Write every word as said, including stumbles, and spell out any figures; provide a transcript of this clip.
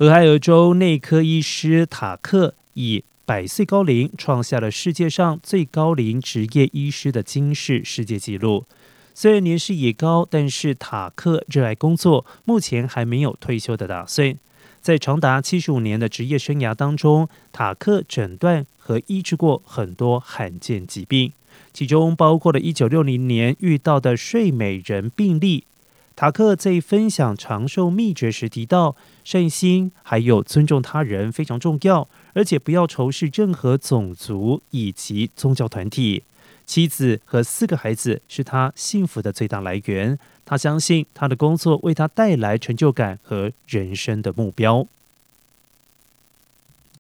俄亥俄州内科医师塔克以百岁高龄创下了世界上最高龄职业医师的金氏世界纪录。虽然年事已高，但是塔克热爱工作，目前还没有退休的打算。在长达七十五年的职业生涯当中，塔克诊断和医治过很多罕见疾病，其中包括了一九六零年遇到的睡美人病例。塔克在分享长寿秘诀时提到，善心还有尊重他人非常重要，而且不要仇视任何种族以及宗教团体。妻子和四个孩子是他幸福的最大来源，他相信他的工作为他带来成就感和人生的目标。